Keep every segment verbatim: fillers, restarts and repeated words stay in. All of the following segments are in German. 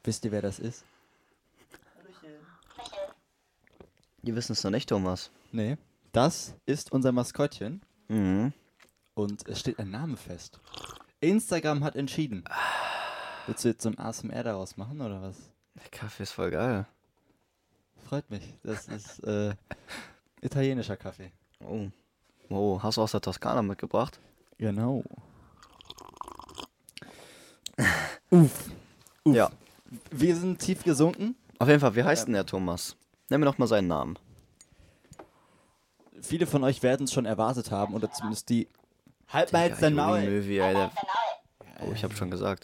Wisst ihr, wer das ist? Die wissen es noch nicht, Thomas. Nee. Das ist unser Maskottchen. Mhm. Und es steht ein Name fest. Instagram hat entschieden. Willst du jetzt so ein A S M R daraus machen, oder was? Der Kaffee ist voll geil. Freut mich. Das ist äh, italienischer Kaffee. Oh. Oh, hast du aus der Toskana mitgebracht? Genau. Uff. Uff. Ja. Wir sind tief gesunken. Auf jeden Fall, wie heißt denn der Thomas? Nenn mir doch mal seinen Namen. Viele von euch werden es schon erwartet haben, oder zumindest die. Halt mal Digga, jetzt dein Jogi Maul. Möwi, Alter. Oh, ich hab schon gesagt.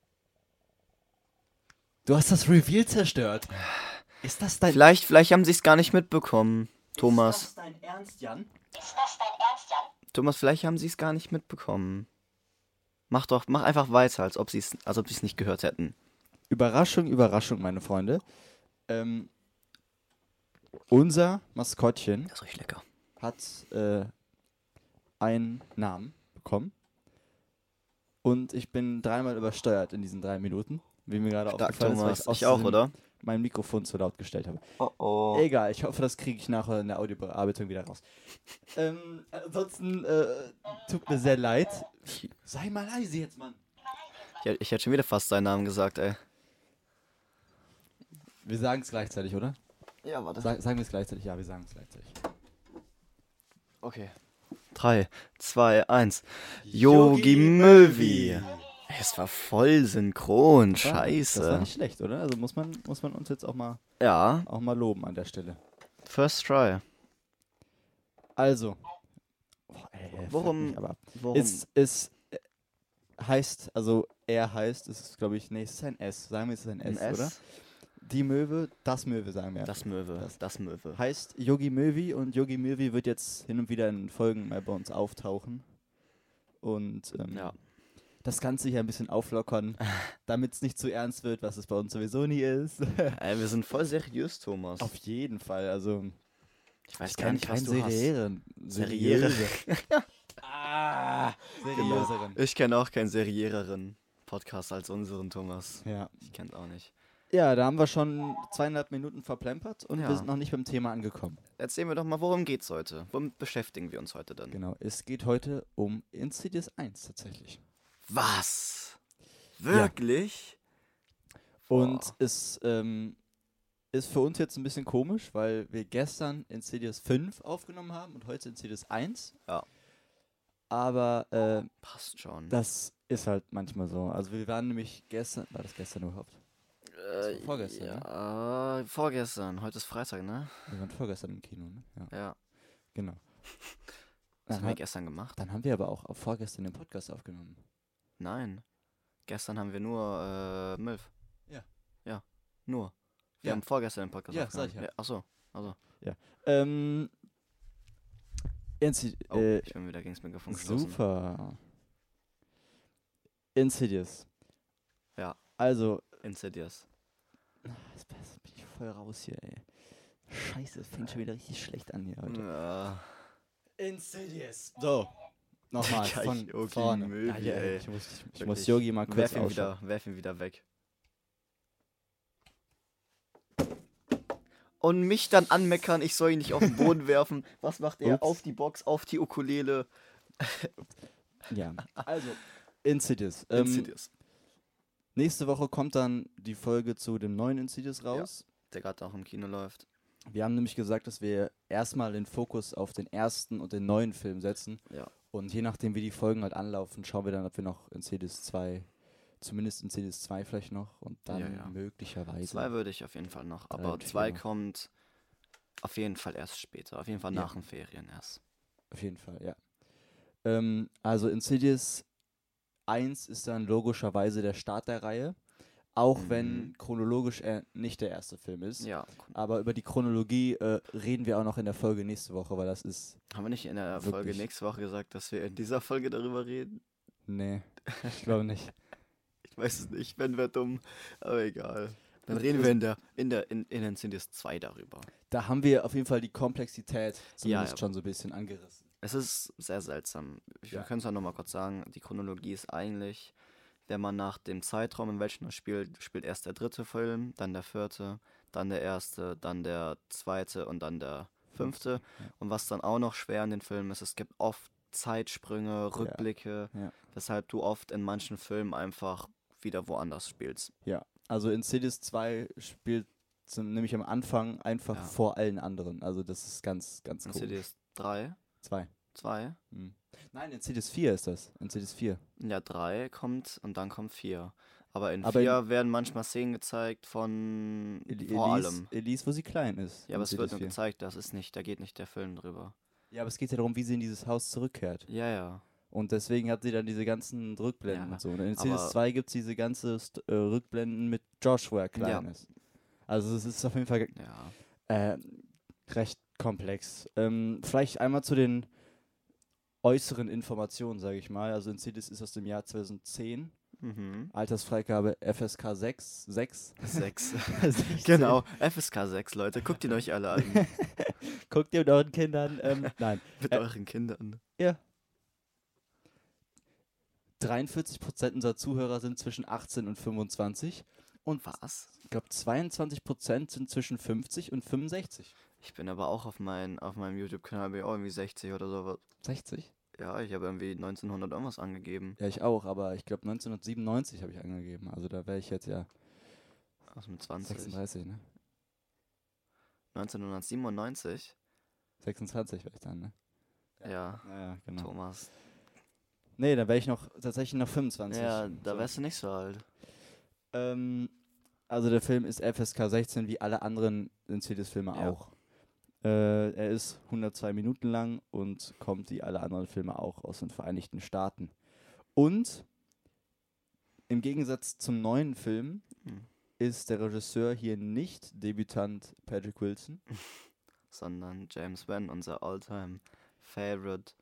Du hast das Reveal zerstört. Ist das dein Vielleicht, vielleicht haben sie es gar nicht mitbekommen, Thomas. Ist das dein Ernst, Jan? Thomas, vielleicht haben sie es gar nicht mitbekommen. Mach doch, mach einfach weiter, als ob sie es, als ob sie es nicht gehört hätten. Überraschung, Überraschung, meine Freunde. Ähm, unser Maskottchen Das riecht lecker. hat äh, einen Namen bekommen. Und ich bin dreimal übersteuert in diesen drei Minuten. Wie mir gerade Stark, aufgefallen ist, weil Thomas. ich aus Ich auch, Versehen oder? mein Mikrofon zu laut gestellt habe. Oh oh. Egal, ich hoffe, das kriege ich nachher in der Audiobearbeitung wieder raus. ähm, ansonsten, äh, tut mir sehr leid. Sei mal leise jetzt, Mann. Ich, ich hätte schon wieder fast seinen Namen gesagt, ey. Wir sagen es gleichzeitig, oder? Ja, warte. Sa sagen wir es gleichzeitig? Ja, wir sagen es gleichzeitig. Okay. Drei, zwei, eins. Yogi Möwi. Es war voll synchron, Das war- Das war scheiße. nicht schlecht, oder? Also muss man, muss man uns jetzt auch mal, Ja, auch mal loben an der Stelle. first try. Also. Boah, ey, ey, fuck Worum- mich aber ab. Worum? Es, es äh, heißt, also er heißt, es ist glaube ich, nee, es ist ein S. Sagen wir, es ist ein S, Ein oder? S? Die Möwe, das Möwe sagen wir. Das Möwe, Das- das Möwe. Heißt Yogi Möwi und Yogi Möwi wird jetzt hin und wieder in Folgen mal bei uns auftauchen. Und ähm, Ja. das Ganze hier ein bisschen auflockern, damit es nicht zu ernst wird, was es bei uns sowieso nie ist. Ey, wir sind voll seriös, Thomas. Auf jeden Fall, also Ich weiß ich gar kenne nicht, was keinen du hast. seriören. Seriöre. ah, seriöseren. Ich kenne auch keinen seriöseren Podcast als unseren, Thomas. Ja. Ich kenn's auch nicht. ja, da haben wir schon zweieinhalb Minuten verplempert und Ja. wir sind noch nicht beim Thema angekommen. Erzähl mir doch mal, worum geht's heute? Womit beschäftigen wir uns heute denn? Genau, es geht heute um Insidious eins tatsächlich. Was? Wirklich? Und Boah. es ähm, ist für uns jetzt ein bisschen komisch, weil wir gestern Insidious fünf aufgenommen haben und heute Insidious eins. Ja. Aber äh, Passt schon. das ist halt manchmal so. Also wir waren nämlich gestern, war das gestern überhaupt? Äh, vorgestern, ja, vorgestern. Heute ist Freitag, ne? Wir waren vorgestern im Kino, ne? Ja, Ja. genau. Was Dann, haben wir hat, gestern gemacht? dann haben wir aber auch vorgestern den Podcast aufgenommen. Nein. Gestern haben wir nur äh, Milf. Ja. Ja. Nur. Wir Ja. haben vorgestern den Podcast Ja, aufgenommen. sag ich ja. Achso. Also. Ähm, Insi Oh, äh, ich bin wieder gegen das Mikrofon gestoßen. super. Insidious. Ja. Also, Insidious. jetzt bin ich voll raus hier, ey. Scheiße, es fängt schon wieder richtig schlecht an hier heute. Ja. Insidious. So. Nochmal, Digga, von Yogi vorne. Möwi, Ja, ja, ey. ich muss, ich, ich Wirklich. muss Yogi mal kurz Werf ihn, ausschauen. wieder, werf ihn wieder weg. Und mich dann anmeckern, ich soll ihn nicht auf den Boden werfen. Was macht er? Ups. Auf die Box, auf die Ukulele. Ja, also, Insidious. Ähm, Insidious. Nächste Woche kommt dann die Folge zu dem neuen Insidious raus. Der gerade auch im Kino läuft. Wir haben nämlich gesagt, dass wir erstmal den Fokus auf den ersten und den neuen Film setzen. Ja. Und je nachdem, wie die Folgen halt anlaufen, schauen wir dann, ob wir noch Insidious zwei, zumindest Insidious zwei vielleicht noch und dann Ja, ja. möglicherweise. Zwei würde ich auf jeden Fall noch, Drei aber und vier zwei noch. kommt auf jeden Fall erst später. Auf jeden Fall Ja. nach den Ferien erst. Auf jeden Fall, ja. Ähm, also Insidious eins ist dann logischerweise der Start der Reihe. Auch Mhm. wenn chronologisch er nicht der erste Film ist. Ja. Aber über die Chronologie äh, reden wir auch noch in der Folge nächste Woche, weil das ist. Haben wir nicht in der Folge Wirklich. nächste Woche gesagt, dass wir in dieser Folge darüber reden? Nee, ich glaube nicht. Ich weiß es nicht, wenn wir dumm, aber egal. Dann reden wir in der in der in, in Insidious zwei darüber. Da haben wir auf jeden Fall die Komplexität zumindest ja. schon so ein bisschen angerissen. Es ist sehr seltsam. Wir Ja. können es auch nochmal kurz sagen, die Chronologie ist eigentlich wenn man nach dem Zeitraum, in welchem er spielt, spielt erst der dritte Film, dann der vierte, dann der erste, dann der zweite und dann der fünfte. Ja. Und was dann auch noch schwer in den Filmen ist, es gibt oft Zeitsprünge, Rückblicke, Ja. weshalb du oft in manchen Filmen einfach wieder woanders spielst. Ja, also Insidious zwei spielt zum, nämlich am Anfang einfach Ja. vor allen anderen. Also das ist ganz, ganz komisch. Insidious drei, zwei. zwei, Hm. Nein, Insidious vier ist das. Insidious vier. ja, drei kommt und dann kommt vier. Aber in Aber vier werden manchmal Szenen gezeigt von El- vor Elise, allem. Elise, wo sie klein ist. Ja, aber es wird Insidious nur vier. gezeigt, das ist nicht, da geht nicht der Film drüber. Ja, aber es geht ja darum, wie sie in dieses Haus zurückkehrt. Ja, ja. Und deswegen hat sie dann diese ganzen Rückblenden Ja, und so. Und in Insidious aber- zwei gibt es diese ganze St äh, Rückblenden mit Josh, wo er klein Ja. ist. Also es ist auf jeden Fall Ja. äh, recht komplex. Ähm, vielleicht einmal zu den äußeren Informationen, sage ich mal. Also Insidious ist aus dem Jahr zweitausendzehn. Mhm. Altersfreigabe F S K sechs. sechs. Sechs. sechzehn. Genau, F S K sechs, Leute. Guckt ihn euch alle an. Guckt ihr mit euren Kindern. Ähm, nein. Mit Äh, euren Kindern. Ja. dreiundvierzig Prozent unserer Zuhörer sind zwischen achtzehn und fünfundzwanzig. Und Was? ich glaube, zweiundzwanzig Prozent sind zwischen fünfzig und fünfundsechzig. Ich bin aber auch auf, mein, auf meinem YouTube-Kanal bin ich auch irgendwie sechzig oder so. sechzig? Ja, ich habe irgendwie neunzehnhundert irgendwas angegeben. Ja, ich auch, aber ich glaube neunzehnhundertsiebenundneunzig habe ich angegeben. Also da wäre ich jetzt ja Was mit zwanzig? sechsunddreißig, ne? neunzehnhundertsiebenundneunzig? sechsundzwanzig wäre ich dann, ne? Ja, Ja, ja, genau. Thomas. Nee, dann wäre ich noch tatsächlich noch fünfundzwanzig. Ja, da So. wärst du nicht so alt. Ähm, also der Film ist F S K sechzehn, wie alle anderen Insidious-Filme Ja. auch. Äh, er ist hundertzwei Minuten lang und kommt wie alle anderen Filme auch aus den Vereinigten Staaten. Und im Gegensatz zum neuen Film Hm. ist der Regisseur hier nicht Debütant Patrick Wilson. Sondern James Wan, unser all-time favorite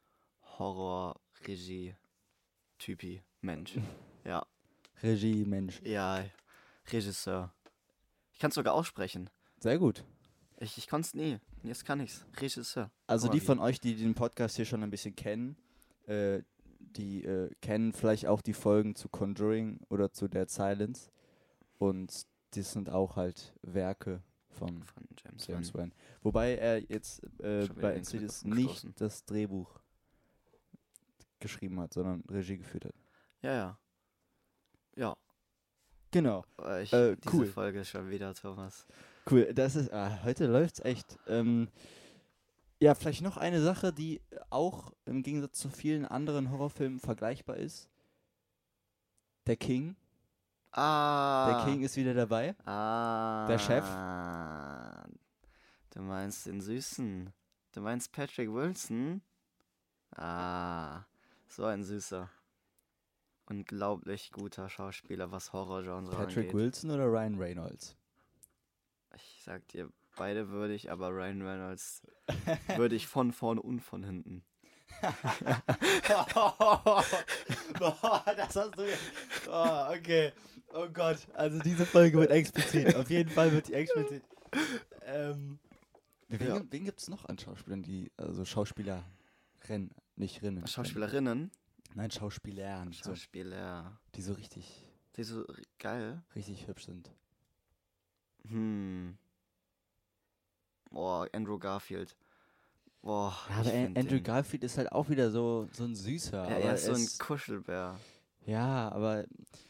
Horror-Regie-Typi. Mensch. Ja. Regie, Mensch. Ja, Regisseur. Ich kann es sogar aussprechen. Sehr gut. Ich, ich konnte es nie. Jetzt kann ich's. Regisseur. Also Guck mal, die wie- von euch, die den Podcast hier schon ein bisschen kennen, äh, die äh, kennen vielleicht auch die Folgen zu Conjuring oder zu Dead Silence. Und das sind auch halt Werke von Von James, James Wan. Wan. Wobei er jetzt äh, Schon wieder bei links Insidious mitgestoßen. nicht das Drehbuch geschrieben hat, sondern Regie geführt hat. Ja, ja. Ja. Genau. äh, Ich, Äh, diese cool. Folge schon wieder, Thomas. Cool. Das ist, ah, heute läuft's echt. Ähm, ja, vielleicht noch eine Sache, die auch im Gegensatz zu vielen anderen Horrorfilmen vergleichbar ist. Der King. Ah. Der King ist wieder dabei. Ah. Der Chef. Du meinst den Süßen. Du meinst Patrick Wilson? Ah. So ein süßer. Unglaublich guter Schauspieler, was Horrorgenre Patrick angeht. Wilson oder Ryan Reynolds? Ich sag dir, beide würde ich, aber Ryan Reynolds würde ich von vorne und von hinten. Boah, das hast du. Oh, okay. Oh Gott. Also diese Folge wird explizit. Auf jeden Fall wird die explizit. Ähm, wen, Ja. wen gibt es noch an Schauspielern, die, also Schauspieler rennen, nicht Rinnen. Schauspielerinnen? Nein, Schauspielern. So, Schauspieler. die so richtig, Die so r- geil. richtig hübsch sind. Hm. Boah, Andrew Garfield. Boah, Ja, aber ich An- find Andrew den, Garfield ist halt auch wieder so, so ein Süßer. Ja, aber er ist so ein es- Kuschelbär. Ja, aber.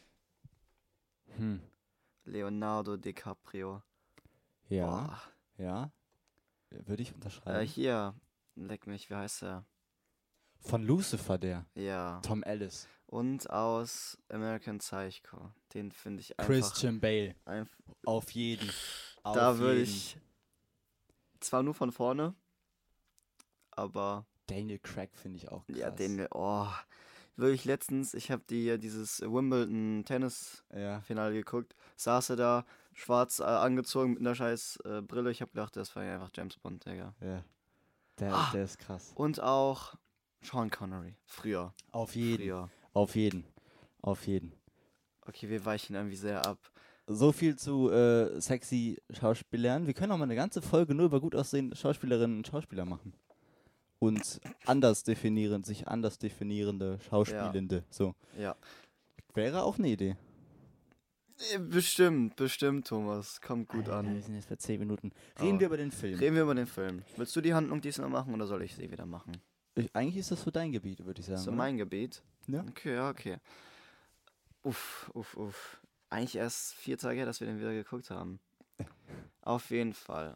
Hm. Leonardo DiCaprio. Ja, Boah. ja. Würde ich Äh, unterschreiben. hier, leck mich, wie heißt er? Von Lucifer, der. Ja. Tom Ellis. Und aus American Psycho. Den finde ich einfach. Christian Bale. Einf Auf jeden. Auf da würde jeden. ich. Zwar nur von vorne, aber. Daniel Craig finde ich auch krass. Ja, den. Oh. Wirklich letztens, ich habe die, dieses Wimbledon Tennis Ja. Finale geguckt, saß er da, schwarz äh, angezogen mit einer scheiß äh, Brille. Ich habe gedacht, das war ja einfach James Bond, Digga. Ja. Der, Ah. der ist krass. Und auch Sean Connery. Früher. Auf jeden. Früher. Auf jeden. Auf jeden. Okay, wir weichen irgendwie sehr ab. So viel zu äh, sexy Schauspielern. Wir können auch mal eine ganze Folge nur über gut aussehende Schauspielerinnen und Schauspieler machen. Und anders definieren, sich anders definierende Schauspielende. So. Ja. Wäre auch eine Idee. Äh, Bestimmt, bestimmt, Thomas. Kommt gut Alter, Wir an. sind jetzt bei zehn Minuten. Reden Aber wir über den Film. Reden wir über den Film. Willst du die Handlung diesmal machen oder soll ich sie wieder machen? Ich, eigentlich ist das so dein Gebiet, würde ich sagen. So oder? mein Gebiet. Ja. Okay, ja, okay. Uff, uff, uff. Eigentlich erst vier Tage her, dass wir den wieder geguckt haben. Auf jeden Fall.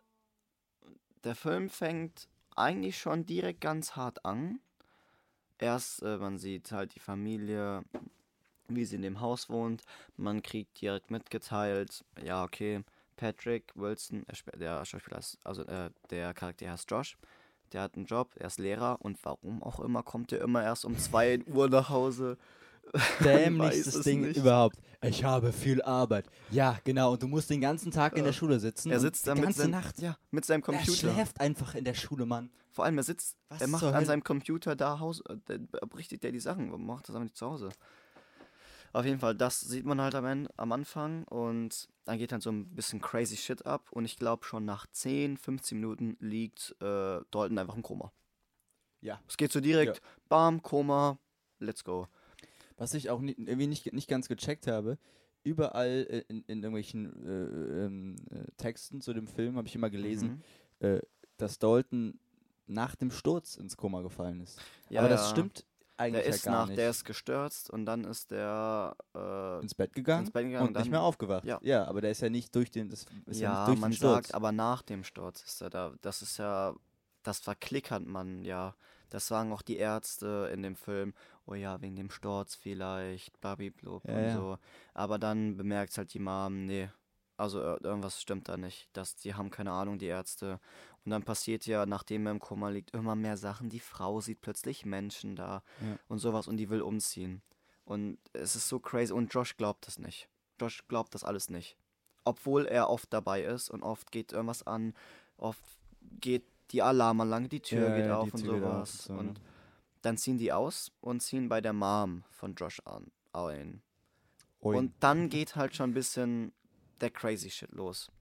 Der Film fängt eigentlich schon direkt ganz hart an. Erst, äh, man sieht halt die Familie, wie sie in dem Haus wohnt. Man kriegt direkt mitgeteilt, ja, okay, Patrick Wilson, er sp- der Schauspieler ist, also äh, der Charakter heißt Josh, der hat einen Job, er ist Lehrer und warum auch immer kommt er immer erst um zwei Uhr nach Hause. Dämlichstes weiß es Ding nicht. überhaupt. Ich habe viel Arbeit. Ja, genau. Und du musst den ganzen Tag in der Ja. Schule sitzen. Er und sitzt die da mit, ganze sein, Nacht. ja, mit seinem Er Computer. schläft einfach in der Schule, Mann. Vor allem, er sitzt, Was er macht zur an Hölle? seinem Computer da Haus, äh, der berichtet der die Sachen, warum macht das aber nicht zu Hause? Auf jeden Fall, das sieht man halt am, Ende, am Anfang und dann geht dann so ein bisschen crazy shit ab und ich glaube schon nach zehn, fünfzehn Minuten liegt äh, Dalton einfach im Koma. Ja. Es geht so direkt, Ja. bam, Koma, let's go. Was ich auch nie, irgendwie nicht, nicht ganz gecheckt habe, überall äh, in, in irgendwelchen äh, ähm, äh, Texten zu dem Film habe ich immer gelesen, Mhm. äh, dass Dalton nach dem Sturz ins Koma gefallen ist. Ja, Aber das ja. stimmt eigentlich Der ja ist gar nach, nicht. der ist gestürzt und dann ist der äh, ins Bett gegangen, ins Bett gegangen und nicht mehr aufgewacht. Ja. Ja, aber der ist ja nicht durch den, das ist ja, ja, nicht durch man den Sturz. sagt, aber nach dem Sturz ist er da. Das ist ja, das verklickert man ja. Das sagen auch die Ärzte in dem Film. Oh ja, wegen dem Sturz vielleicht, blablabla Ja, und ja. so. Aber dann bemerkt halt die Mom, nee, also ir- irgendwas stimmt da nicht. Das, die haben keine Ahnung, die Ärzte. Und dann passiert ja, nachdem er im Koma liegt, immer mehr Sachen. Die Frau sieht plötzlich Menschen da Ja. und sowas und die will umziehen. Und es ist so crazy. Und Josh glaubt das nicht. Josh glaubt das alles nicht. Obwohl er oft dabei ist und oft geht irgendwas an, oft geht die Alarmanlage, die Tür Ja, geht ja, auf die und Tür geht auf sowas. und so, ne? Und dann ziehen die aus und ziehen bei der Mom von Josh an, ein. Ui. Und dann geht halt schon ein bisschen der crazy shit los.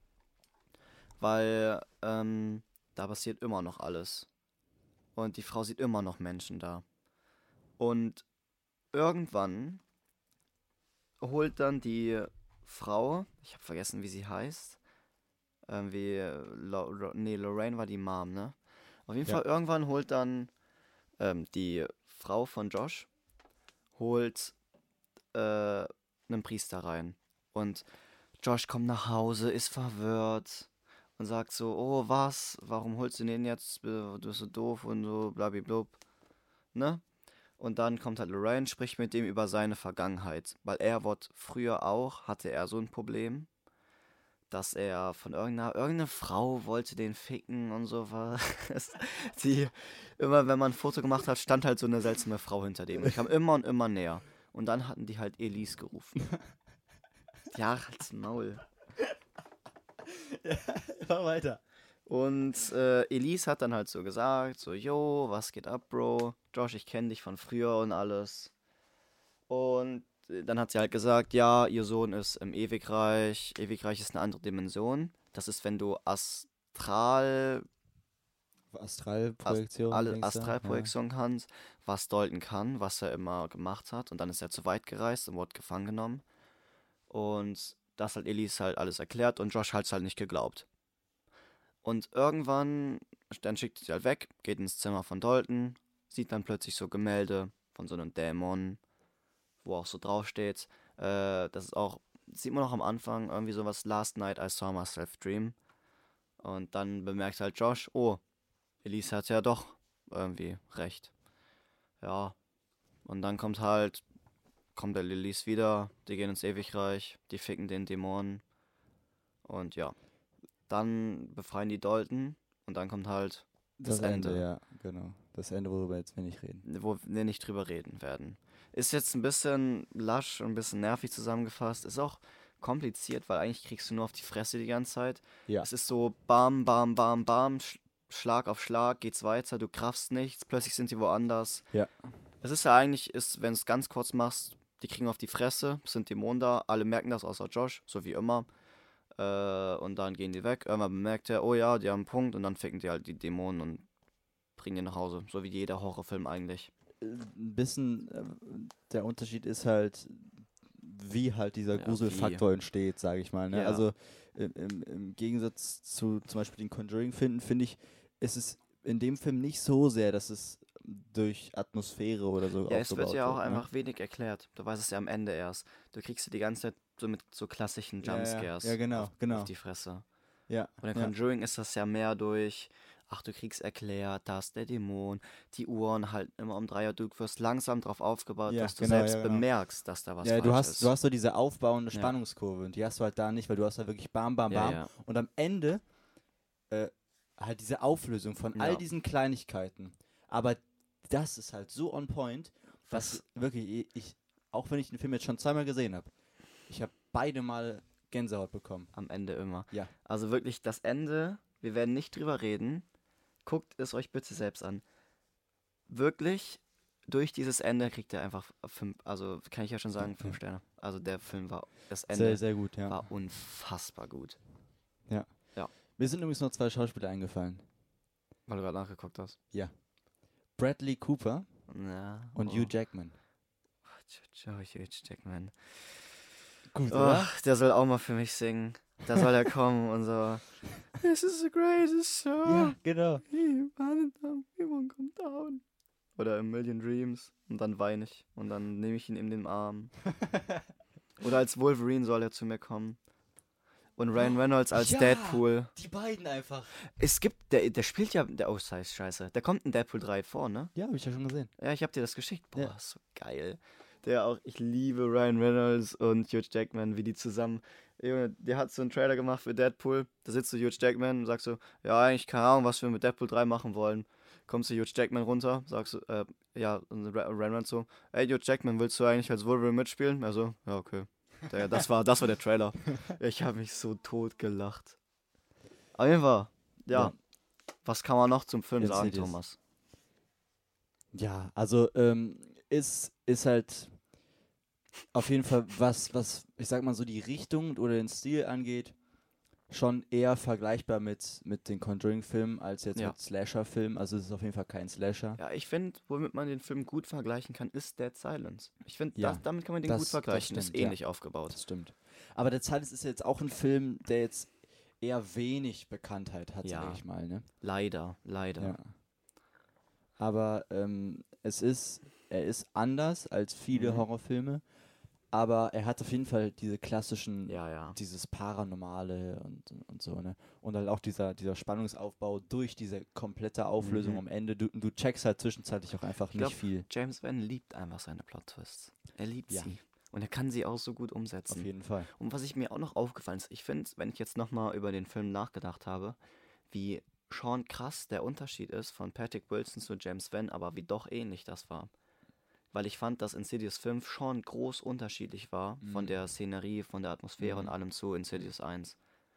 Weil ähm, da passiert immer noch alles. Und die Frau sieht immer noch Menschen da. Und irgendwann holt dann die Frau, ich habe vergessen, wie sie heißt, ähm, wie, Lo, Lo, nee, Lorraine war die Mom, ne? Auf jeden Ja. Fall, irgendwann holt dann ähm, die Frau von Josh, holt äh, einen Priester rein. Und Josh kommt nach Hause, ist verwirrt und sagt so, oh, was? Warum holst du den jetzt? Du bist so doof und so, blablabla. Ne? Und dann kommt halt Lorraine, spricht mit dem über seine Vergangenheit. Weil er wurde früher auch, hatte er so ein Problem, dass er von irgendeiner, irgendeine Frau wollte den ficken und sowas. Die, immer wenn man ein Foto gemacht hat, stand halt so eine seltsame Frau hinter dem. Und ich kam immer und immer näher. Und dann hatten die halt Elise gerufen. Ja, halt's Maul. Ja, mach weiter. Und äh, Elise hat dann halt so gesagt, so, yo, was geht ab, Bro? Josh, ich kenne dich von früher und alles. Und äh, dann hat sie halt gesagt, ja, ihr Sohn ist im Ewigreich. Ewigreich ist eine andere Dimension. Das ist, wenn du Astral, Astralprojektion. alle denkst du? Astralprojektion kannst, was Dalton kann, was er immer gemacht hat. Und dann ist er zu weit gereist und wurde gefangen genommen. Und das hat Elise halt alles erklärt und Josh hat es halt nicht geglaubt. Und irgendwann, dann schickt sie halt weg, geht ins Zimmer von Dalton, sieht dann plötzlich so Gemälde von so einem Dämon, wo auch so draufsteht. Äh, das ist auch, sieht man noch am Anfang, irgendwie sowas, Last Night I Saw Myself Dream. Und dann bemerkt halt Josh, oh, Elise hat ja doch irgendwie recht. Ja. Und dann kommt halt, kommt der Elise wieder, die gehen ins Ewigreich, die ficken den Dämonen. Und ja. Dann befreien die Dalton und dann kommt halt Das, das, Ende. Ende, ja, genau. Das Ende, worüber jetzt wir nicht reden. wo wir nicht drüber reden werden. Ist jetzt ein bisschen lasch und ein bisschen nervig zusammengefasst. Ist auch kompliziert, weil eigentlich kriegst du nur auf die Fresse die ganze Zeit. Ja. Es ist so bam, bam, bam, bam, Sch Schlag auf Schlag, geht's weiter, du kraftst nichts, plötzlich sind die woanders. Ja. Es ist ja eigentlich, ist, wenn du es ganz kurz machst, die kriegen auf die Fresse, es sind Dämonen da, alle merken das, außer Josh, so wie immer. Äh, und dann gehen die weg. Irgendwann bemerkt er, oh ja, die haben einen Punkt und dann ficken die halt die Dämonen und bringen die nach Hause. So wie jeder Horrorfilm eigentlich. äh, ein bisschen, äh, der Unterschied ist halt, wie halt dieser Ja, Gruselfaktor entsteht, sage ich mal. Ne? Ja. Also im, im, im Gegensatz zu zum Beispiel den Conjuring-Filmen, finde ich, ist es in dem Film nicht so sehr, dass es durch Atmosphäre oder so Ja, es wird aufgebaut ja auch wird. Ne? einfach wenig erklärt. Du weißt es ja am Ende erst. Du kriegst sie die ganze Zeit so mit so klassischen Ja, ja, Jumpscares ja, genau, auf, genau. auf die Fresse. Ja, Und in ja. Conjuring ist das ja mehr durch, ach, du kriegst erklärt, da ist der Dämon, die Uhren halt immer um drei Uhr, du wirst langsam drauf aufgebaut, Ja, dass du genau, selbst ja, genau. bemerkst, dass da was Ja, falsch du hast, ist. du hast so diese aufbauende Ja. Spannungskurve und die hast du halt da nicht, weil du hast da wirklich bam, bam, Ja, bam ja. und am Ende äh, halt diese Auflösung von all Ja. diesen Kleinigkeiten. Aber das ist halt so on point, dass Was- wirklich ich, ich, auch wenn ich den Film jetzt schon zweimal gesehen habe, ich habe beide Mal Gänsehaut bekommen. Am Ende immer. Ja. Also wirklich das Ende, wir werden nicht drüber reden. Guckt es euch bitte selbst an. Wirklich, durch dieses Ende kriegt ihr einfach fünf, also kann ich ja schon sagen, fünf Ja. Sterne. Also der Film war, das Sehr, Ende sehr gut, ja. war unfassbar gut. Mir sind übrigens noch zwei Schauspieler eingefallen. Weil du gerade nachgeguckt hast. Bradley Cooper Ja. und oh. Hugh Jackman. Hugh Jackman. Gut, Oh, der soll auch mal für mich singen. Da soll er kommen und so. This is the greatest show. Ja, genau. We won't come down. Oder A Million Dreams. Und dann weine ich. Und dann nehme ich ihn in den Arm. Oder als Wolverine soll er zu mir kommen. Und Ryan Reynolds als Ja. Deadpool. Die beiden einfach. Es gibt, der, der spielt ja, der, oh scheiße, scheiße. Der kommt in Deadpool drei vor, ne? Ja, habe ich ja schon gesehen. Ja, ich hab dir das geschickt. Boah, Ja. ist so geil. Der auch, ich liebe Ryan Reynolds und Hugh Jackman, wie die zusammen. Junge, der hat so einen Trailer gemacht für Deadpool. Da sitzt so Hugh Jackman und sagst so, ja, eigentlich keine Ahnung, was wir mit Deadpool drei machen wollen. Kommst du Hugh Jackman runter, sagst du, äh, ja, und Ra- Ryan Reynolds so, ey, Hugh Jackman, willst du eigentlich als Wolverine mitspielen? Er so, ja, okay. Der, das war, das war der Trailer. Ich habe mich so tot gelacht. Auf jeden Fall, ja. Ja. Was kann man noch zum Film Jetzt sagen, seht ihr's. Thomas? Ja, also ähm, ist, ist halt auf jeden Fall was, was, ich sag mal so die Richtung oder den Stil angeht, schon eher vergleichbar mit, mit den Conjuring-Filmen als jetzt Ja. mit Slasher-Filmen. Also es ist auf jeden Fall kein Slasher. Ja, ich finde, womit man den Film gut vergleichen kann, ist Dead Silence. Ich finde, Ja, das- damit kann man den das- gut das vergleichen. Ist stimmt, ja. ähnlich aufgebaut. Das stimmt. Aber der Silence ist jetzt auch ein Film, der jetzt eher wenig Bekanntheit hat, Ja. sag ich mal, ne? Leider, leider. Ja. Aber ähm, es ist, er ist anders als viele Mhm. Horrorfilme, aber er hat auf jeden Fall diese klassischen, Ja, ja. dieses Paranormale und, und so, ne? Und halt auch dieser, dieser Spannungsaufbau durch diese komplette Auflösung Mhm. am Ende. Du, du checkst halt zwischenzeitlich auch einfach Ich glaub, nicht viel. James Wan liebt einfach seine Plot-Twists. Er liebt Ja. sie. Und er kann sie auch so gut Auf umsetzen. jeden Fall. Und was ich mir auch noch aufgefallen ist, ich finde, wenn ich jetzt nochmal über den Film nachgedacht habe, wie schon krass der Unterschied ist von Patrick Wilson zu James Wan, aber wie doch ähnlich das war. Weil ich fand, dass Insidious fünf schon groß unterschiedlich war, von Mhm. der Szenerie, von der Atmosphäre und Mhm. allem zu Insidious eins.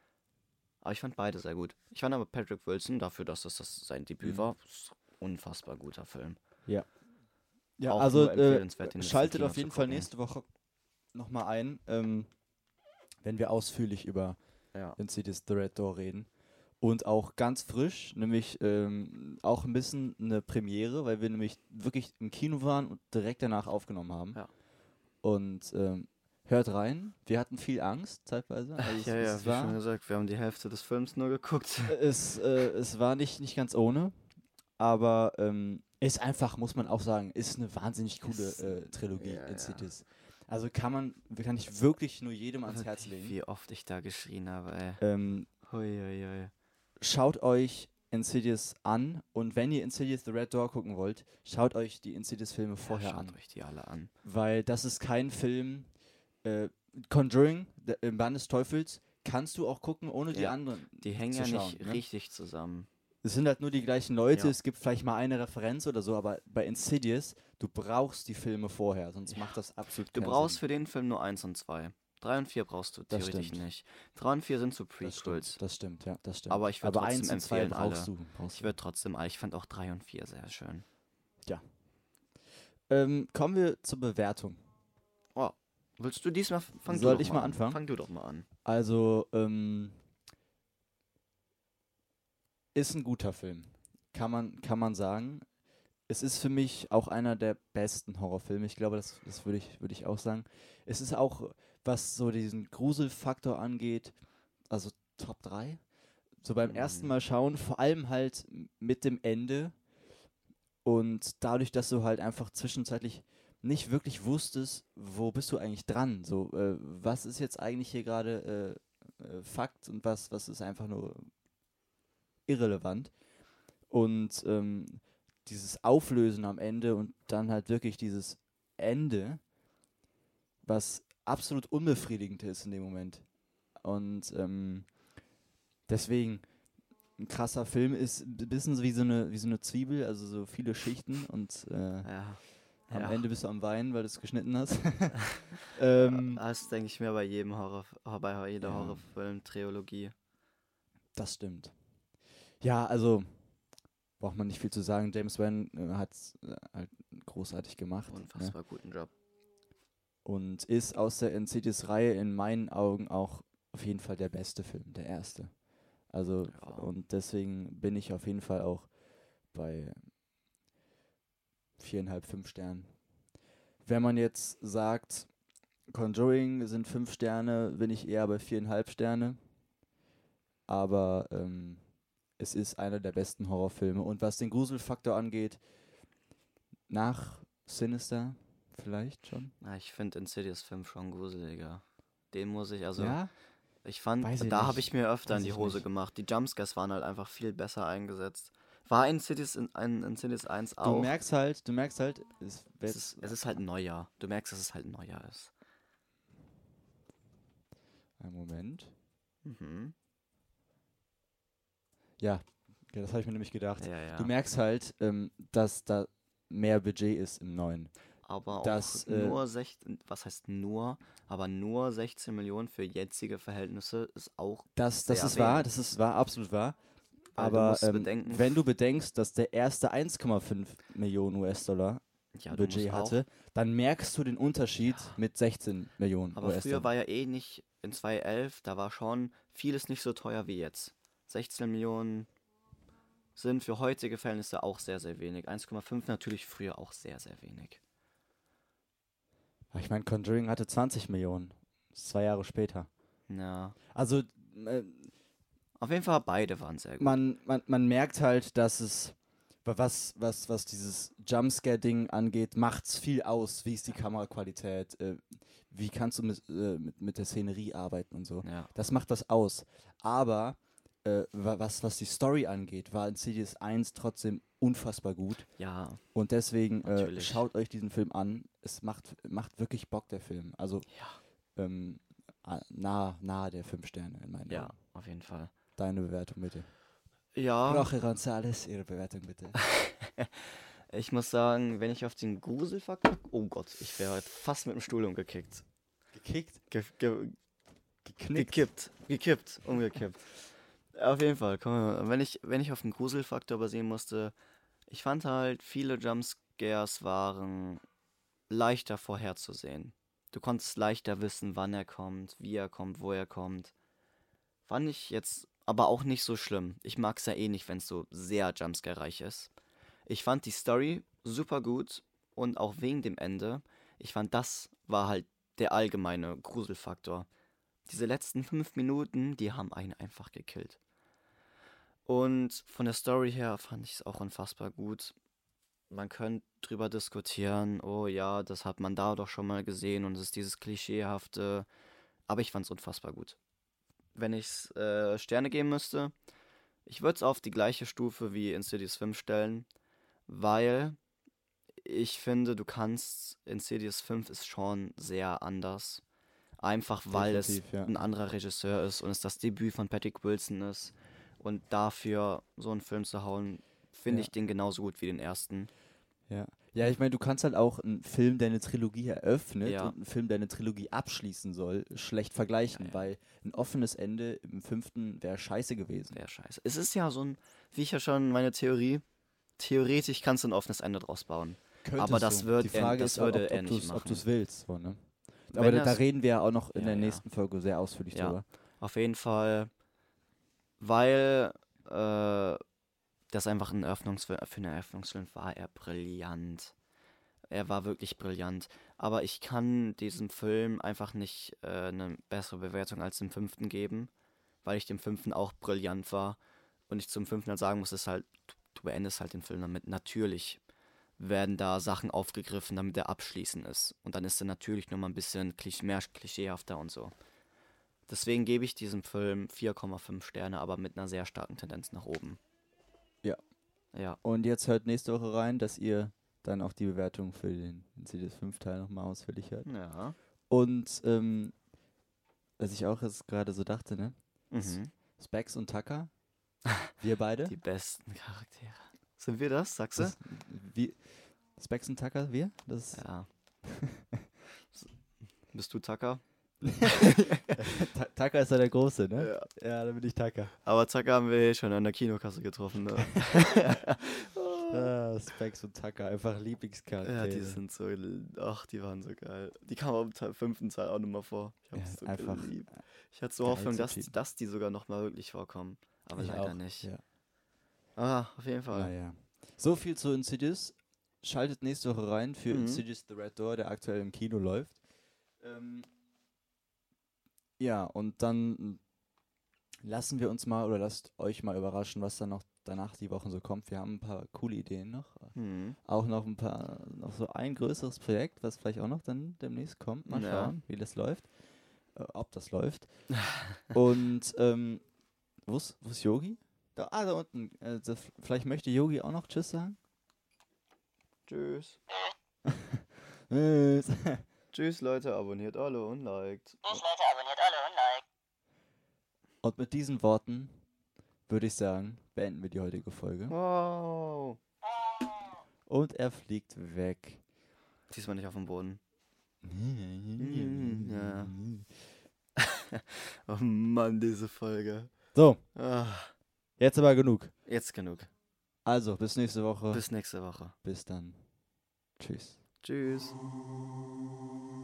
Aber ich fand beide sehr gut. Ich fand aber Patrick Wilson, dafür, dass das, das sein Debüt Mhm. war, ist ein unfassbar guter Film. Ja, Auch also nur äh, empfehlenswert, den jetzt im schaltet Kino auf zu jeden Fall gucken. nächste Woche nochmal ein, ähm, wenn wir ausführlich über Ja. Insidious The Red Door reden. Und auch ganz frisch, nämlich ähm, auch ein bisschen eine Premiere, weil wir nämlich wirklich im Kino waren und direkt danach aufgenommen haben. Ja. Und ähm, hört rein. Wir hatten viel Angst, zeitweise. Also es, Ja, ja, es, wie schon war, gesagt, wir haben die Hälfte des Films nur geguckt. es, äh, es war nicht, nicht ganz ohne, aber ähm, ist einfach, muss man auch sagen, ist eine wahnsinnig coole Ist- äh, Trilogie, ja, ja. Insidious. Also kann man, kann ich wirklich nur jedem ans Herz legen. Wie oft ich da geschrien habe, ey. Ähm, Hui, hui, hui. schaut euch Insidious an und wenn ihr Insidious The Red Door gucken wollt, schaut euch die Insidious-Filme vorher ja, schaut an. euch die alle an. Weil das ist kein Film, äh, Conjuring, der, im Band des Teufels, kannst du auch gucken, ohne die Ja, anderen Die hängen zu ja schauen. nicht ne? richtig zusammen. Es sind halt nur die gleichen Leute, Ja. es gibt vielleicht mal eine Referenz oder so, aber bei Insidious, du brauchst die Filme vorher, sonst Ja. macht das absolut Du keinen brauchst Sinn. für den Film nur eins und zwei. Drei und vier brauchst du Das theoretisch stimmt. nicht. Drei und vier sind so Das Prequels. stimmt, das stimmt, ja, das stimmt. Aber ich würd Aber trotzdem eins und zwei empfehlen, brauchst alle. du. Brauchst Ich du. würde trotzdem, ich fand auch drei und vier sehr schön. Ähm, kommen wir zur Bewertung. Willst du diesmal, fang Soll du doch ich mal an. anfangen? Fang du doch mal an. Also, ähm, ist ein guter Film. Kann man, kann man sagen. es ist für mich auch einer der besten Horrorfilme. Ich glaube, das, das würde ich, würde ich auch sagen. Es ist auch, was so diesen Gruselfaktor angeht, also Top drei. So beim ersten Mhm. Mal schauen, vor allem halt mit dem Ende und dadurch, dass du halt einfach zwischenzeitlich nicht wirklich wusstest, wo bist du eigentlich dran? So, äh, was ist jetzt eigentlich hier gerade äh, äh, Fakt und was, was ist einfach nur irrelevant? Und ähm, dieses Auflösen am Ende und dann halt wirklich dieses Ende, was absolut unbefriedigend ist in dem Moment. Und ähm, deswegen, ein krasser Film ist ein bisschen so wie so eine, wie so eine Zwiebel, also so viele Schichten und äh, Ja. am Ja. Ende bist du am Weinen, weil du es geschnitten hast. ähm, Das denke ich mir bei jedem Horror, bei jeder ja, Horrorfilm-Trilogie. das stimmt. Ja, also braucht man nicht viel zu sagen. James Wan äh, hat es äh, halt großartig gemacht. Ne? Unfassbar guten Job. Und ist aus der Insidious-Reihe in meinen Augen auch auf jeden Fall der beste Film, der erste. Also, Ja. und deswegen bin ich auf jeden Fall auch bei viereinhalb, fünf Sternen. Wenn man jetzt sagt, Conjuring sind fünf Sterne, bin ich eher bei viereinhalb Sterne. Aber ähm, es ist einer der besten Horrorfilme. Und was den Gruselfaktor angeht, nach Sinister vielleicht schon. Ja, ich finde Insidious fünf schon gruseliger. Den muss ich, also, Ja? ich fand, Weiß ich da habe nicht. ich mir öfter Weiß in die ich Hose nicht. gemacht. Die Jumpscares waren halt einfach viel besser eingesetzt. War Insidious in, in Insidious eins Du auch? merkst halt, du merkst halt, es Es wird. ist, es ist halt neuer. Du merkst, dass es halt neuer ist. Einen Moment. Mhm. Ja, ja das habe ich mir nämlich gedacht. Ja, Du ja. merkst halt, ähm, dass da mehr Budget ist im neuen. Aber auch Dass, äh, nur sechzehn, was heißt nur, aber nur sechzehn Millionen für jetzige Verhältnisse ist auch das, das sehr ist wahr, wenig. das ist wahr, absolut wahr. Weil du Aber musst ähm, bedenken, wenn du bedenkst, dass der erste eins Komma fünf Millionen U S-Dollar ja, du musst Budget auch, hatte, dann merkst du den Unterschied ja, mit sechzehn Millionen aber früher U S-Dollar. war ja eh nicht, in zweitausendelf, da war schon vieles nicht so teuer wie jetzt. sechzehn Millionen sind für heutige Verhältnisse auch sehr, sehr wenig. eins Komma fünf natürlich früher auch sehr, sehr wenig. Ich meine, Conjuring hatte zwanzig Millionen. Das ist zwei Jahre später. Ja, Also äh, auf jeden Fall beide waren sehr gut. man, man, man merkt halt, dass es, wa- was, was, was dieses Jumpscare-Ding angeht, macht's viel aus. Wie ist die Kameraqualität? Äh, wie kannst du mit, äh, mit, mit der Szenerie arbeiten und so. Ja, Das macht das aus. Aber äh, wa- was, was die Story angeht, war Insidious eins trotzdem unfassbar gut. ja, Und deswegen äh, natürlich. schaut euch diesen Film an. Es macht, macht wirklich Bock, der Film. Also Ja, ähm, ah, nahe, nahe der fünf Sterne in meinen ja, Augen. auf jeden Fall. Deine Bewertung bitte. Ja, Roche González, Ihre Bewertung bitte. ich muss sagen, wenn ich auf den Gruselfaktor. Oh Gott, ich wäre heute fast mit dem Stuhl umgekickt. Gekickt? Ge ge Geknickt? gekippt. Gekippt. Umgekippt. Auf jeden Fall, komm mal. Wenn ich, wenn ich auf den Gruselfaktor basieren musste, ich fand halt, viele Jumpscares waren leichter vorherzusehen. Du konntest leichter wissen, wann er kommt, wie er kommt, wo er kommt. Fand ich jetzt aber auch nicht so schlimm. Ich mag es ja eh nicht, wenn es so sehr Jumpscare-reich ist. Ich fand die Story super gut und auch wegen dem Ende. Ich fand, das war halt der allgemeine Gruselfaktor. Diese letzten fünf Minuten, die haben einen einfach gekillt. Und von der Story her fand ich es auch unfassbar gut. Man könnte drüber diskutieren, oh ja, das hat man da doch schon mal gesehen und es ist dieses Klischeehafte. Aber ich fand es unfassbar gut. Wenn ich äh, Sterne geben müsste, ich würde es auf die gleiche Stufe wie Insidious fünf stellen, weil ich finde, du kannst, Insidious fünf ist schon sehr anders. Einfach weil es Definitiv, ja. ein anderer Regisseur ist und es das Debüt von Patrick Wilson ist. Und dafür so einen Film zu hauen, finde Ja. ich den genauso gut wie den ersten. Ja, ja, ich meine, du kannst halt auch einen Film, der eine Trilogie eröffnet Ja. und einen Film, der eine Trilogie abschließen soll, schlecht vergleichen, Ja, ja. weil ein offenes Ende im fünften wäre scheiße gewesen. Wäre scheiße. Es ist ja so ein, wie ich ja schon meine Theorie, theoretisch kannst du ein offenes Ende draus bauen. Könntest Aber das du. wird Die er- Frage das ist, ob, würde ob, er ob nicht du es ob machen. du's willst. So, ne? Wenn Aber da, da er's- reden wir ja auch noch in Ja, der ja. nächsten Folge sehr ausführlich Ja. drüber. Auf jeden Fall, weil äh, Das ist einfach ein Eröffnungsfilm. Für einen Eröffnungsfilm war er brillant. Er war wirklich brillant. Aber ich kann diesem Film einfach nicht äh, eine bessere Bewertung als dem fünften geben, weil ich dem fünften auch brillant war. Und ich zum fünften halt sagen muss, ist halt, du, du beendest halt den Film damit. Natürlich werden da Sachen aufgegriffen, damit er abschließend ist. Und dann ist er natürlich nochmal ein bisschen klisch- mehr klischeehafter und so. Deswegen gebe ich diesem Film vier Komma fünf Sterne, aber mit einer sehr starken Tendenz nach oben. Ja. Ja. Und jetzt hört nächste Woche rein, dass ihr dann auch die Bewertung für den Insidious fünf Teil nochmal ausführlich hört. Ja. Und ähm, was ich auch jetzt gerade so dachte, ne? Mhm. Specs und Tucker, wir beide. Die besten Charaktere. Sind wir das, sagst du? Das, wie, Specs und Tucker, wir? Das Ja. Bist du Tucker? Ta- Tucker ist ja der Große, ne? Ja. Ja, dann bin ich Tucker. Aber Tucker haben wir eh schon an der Kinokasse getroffen, ne? Ah, Specs und Tucker, einfach Lieblingscharaktere. Ja, die sind so, ach, die waren so geil. Die kamen auch im Teil, fünften Teil auch nochmal vor. Ich hab's Ja, so einfach geliebt. Ich hatte so geil Hoffnung, zu dass, Typen. dass die sogar nochmal wirklich vorkommen. Aber Ich leider auch, nicht. Ja. Ah, auf jeden Fall. Naja. So viel zu Insidious. Schaltet nächste Woche rein für Mhm. Insidious The Red Door, der aktuell im Kino läuft. Ähm, ja, und dann lassen wir uns mal oder lasst euch mal überraschen, was dann noch danach die Wochen so kommt. Wir haben ein paar coole Ideen noch. Mhm. Auch noch ein paar, noch so ein größeres Projekt, was vielleicht auch noch dann demnächst kommt. Mal Ja. schauen, wie das läuft. Äh, ob das läuft. Und ähm, wo ist wo ist Yogi? Da, ah, da unten. Äh, das, vielleicht möchte Yogi auch noch Tschüss sagen. Tschüss. Tschüss. Tschüss, Leute. Abonniert alle und liked. Tschüss Leute, abonniert alle und like. Und mit diesen Worten würde ich sagen, beenden wir die heutige Folge. Wow. Und er fliegt weg. Diesmal nicht auf dem Boden. ja. Oh Mann, diese Folge. So, Ah, jetzt aber genug. jetzt genug. Also, bis nächste Woche. Bis nächste Woche. Bis dann. Tschüss. Tschüss.